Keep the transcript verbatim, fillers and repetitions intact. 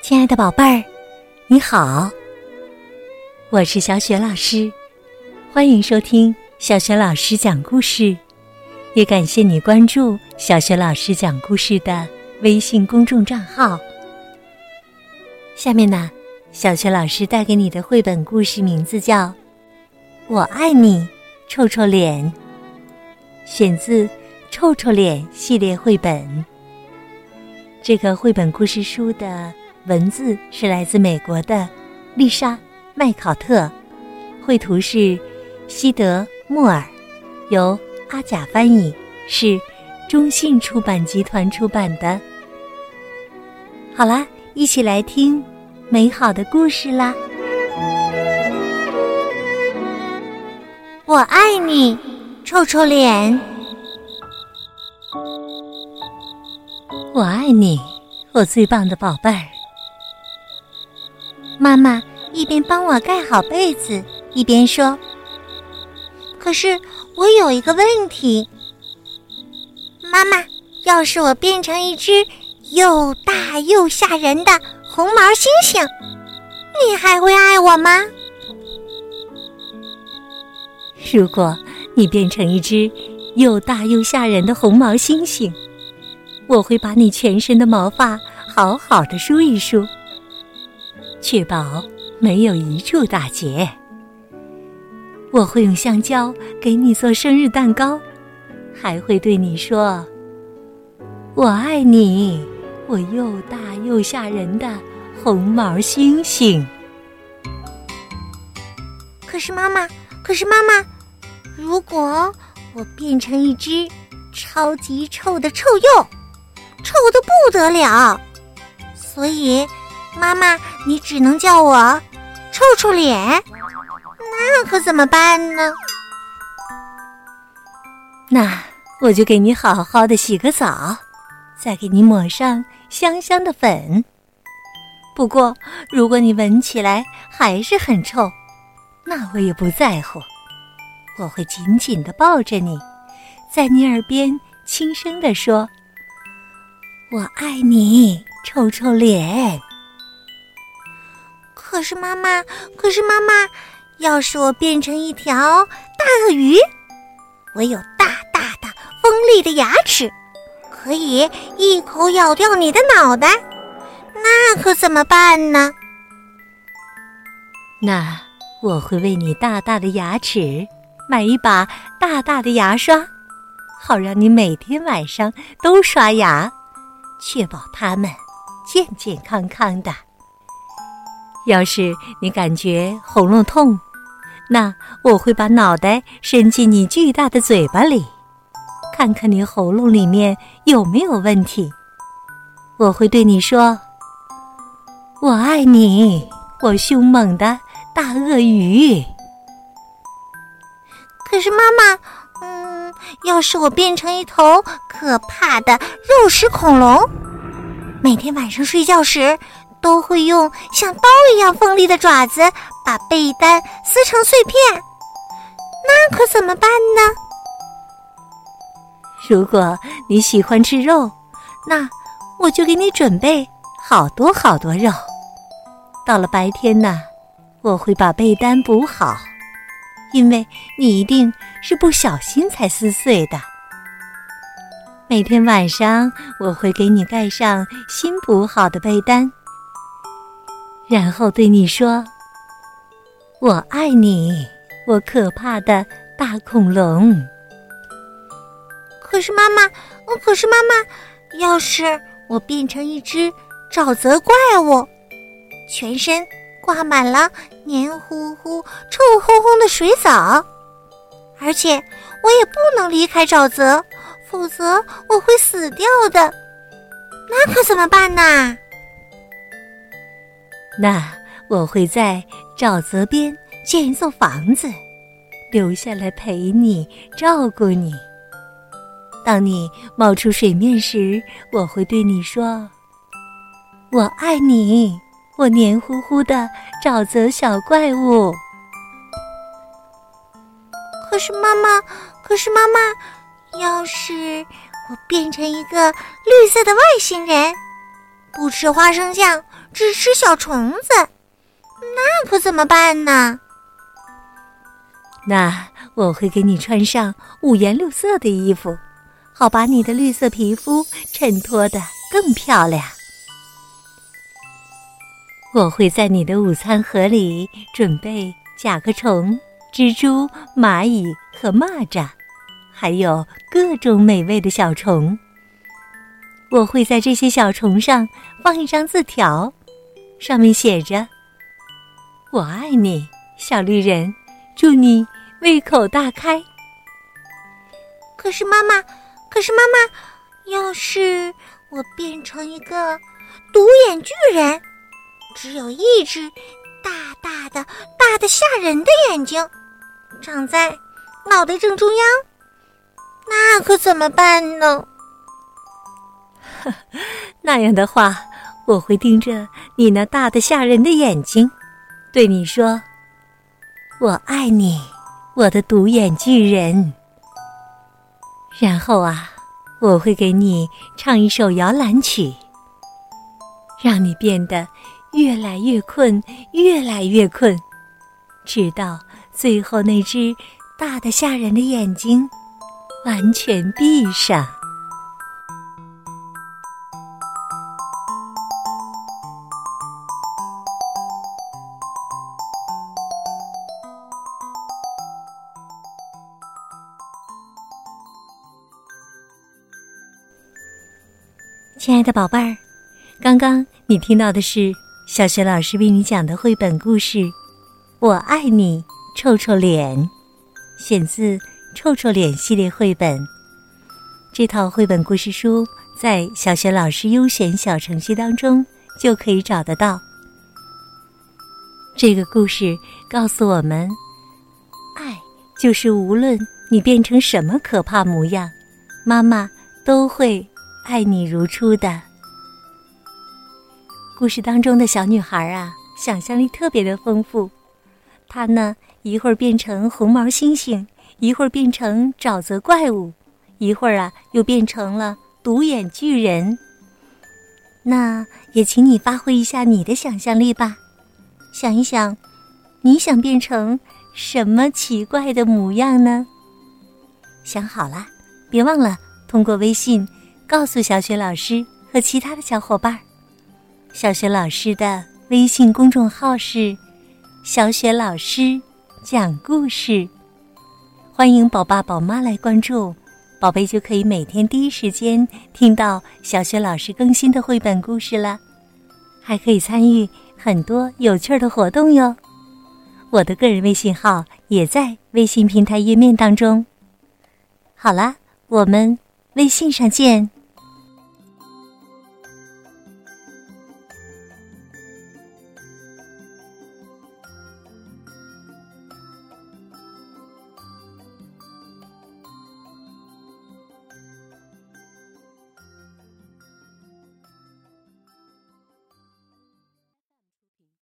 亲爱的宝贝儿，你好，我是小雪老师，欢迎收听小雪老师讲故事，也感谢你关注小雪老师讲故事的微信公众账号。下面呢，小雪老师带给你的绘本故事名字叫《我爱你，臭臭脸》，选自《臭臭脸》系列绘本。这个绘本故事书的文字是来自美国的丽莎·麦考特，绘图是西德·莫尔，由阿甲翻译，是中信出版集团出版的。好啦，一起来听美好的故事啦！ 我爱你，臭臭脸。 我爱你，我最棒的宝贝儿。 妈妈一边帮我盖好被子，一边说：可是我有一个问题，妈妈，要是我变成一只又大又吓人的红毛猩猩，你还会爱我吗？ 如果你变成一只又大又吓人的红毛猩猩，我会把你全身的毛发好好的梳一梳，确保没有一处打结。我会用香蕉给你做生日蛋糕，还会对你说：我爱你，我又大又吓人的红毛猩猩。 可是妈妈，可是妈妈，如果我变成一只超级臭的臭鼬，臭得不得了，所以妈妈，你只能叫我臭臭脸，那可怎么办呢？ 那我就给你好好的洗个澡，再给你抹上香香的粉。不过如果你闻起来还是很臭，那我也不在乎，我会紧紧地抱着你，在你耳边轻声地说：我爱你，臭臭脸。 可是妈妈，可是妈妈，要是我变成一条大鳄鱼，我有大大的锋利的牙齿，可以一口咬掉你的脑袋，那可怎么办呢？ 那我会为你大大的牙齿买一把大大的牙刷，好让你每天晚上都刷牙，确保它们健健康康的。要是你感觉喉咙痛，那我会把脑袋伸进你巨大的嘴巴里，看看你喉咙里面有没有问题。我会对你说：我爱你，我凶猛的大鳄鱼。 可是妈妈，嗯，要是我变成一头可怕的肉食恐龙，每天晚上睡觉时都会用像刀一样锋利的爪子把被单撕成碎片，那可怎么办呢？ 如果你喜欢吃肉，那我就给你准备好多好多肉。到了白天呢，我会把被单补好，因为你一定是不小心才撕碎的。每天晚上我会给你盖上新补好的被单，然后对你说：我爱你，我可怕的大恐龙。 可是妈妈，可是妈妈，要是我变成一只沼泽怪物，全身挂满了黏糊糊、臭烘烘的水藻，而且我也不能离开沼泽，否则我会死掉的，那可怎么办呢？ 那我会在沼泽边建一座房子，留下来陪你，照顾你。当你冒出水面时，我会对你说：我爱你，我黏糊糊的沼泽小怪物。 可是妈妈，可是妈妈，要是我变成一个绿色的外星人，不吃花生酱， 只吃小虫子，那可怎么办呢？ 那我会给你穿上五颜六色的衣服，好把你的绿色皮肤衬托得更漂亮。我会在你的午餐盒里准备甲壳虫、蜘蛛、蚂蚁和蚂蚱，还有各种美味的小虫。我会在这些小虫上放一张字条，上面写着：我爱你，小绿人，祝你胃口大开。 可是妈妈，可是妈妈，要是我变成一个独眼巨人，只有一只大大的、大的吓人的眼睛，长在脑袋正中央，那可怎么办呢？ 那样的话，我会盯着你那大的吓人的眼睛，对你说：我爱你，我的独眼巨人。然后啊，我会给你唱一首摇篮曲，让你变得越来越困，越来越困，直到最后那只大的吓人的眼睛完全闭上。亲爱的宝贝儿，刚刚你听到的是小雪老师为你讲的绘本故事《我爱你，臭臭脸》，选自《臭臭脸》系列绘本。这套绘本故事书在小雪老师优选小程序当中就可以找得到。这个故事告诉我们，爱就是无论你变成什么可怕模样，妈妈都会爱你如初的。故事当中的小女孩啊，想象力特别的丰富。她呢，一会儿变成红毛猩猩，一会儿变成沼泽怪物，一会儿啊又变成了独眼巨人。那也请你发挥一下你的想象力吧，想一想，你想变成什么奇怪的模样呢？想好了，别忘了通过微信告诉小雪老师和其他的小伙伴。小雪老师的微信公众号是小雪老师讲故事，欢迎宝爸宝妈来关注，宝贝就可以每天第一时间听到小雪老师更新的绘本故事了，还可以参与很多有趣的活动哟。我的个人微信号也在微信平台页面当中。好了，我们微信上见。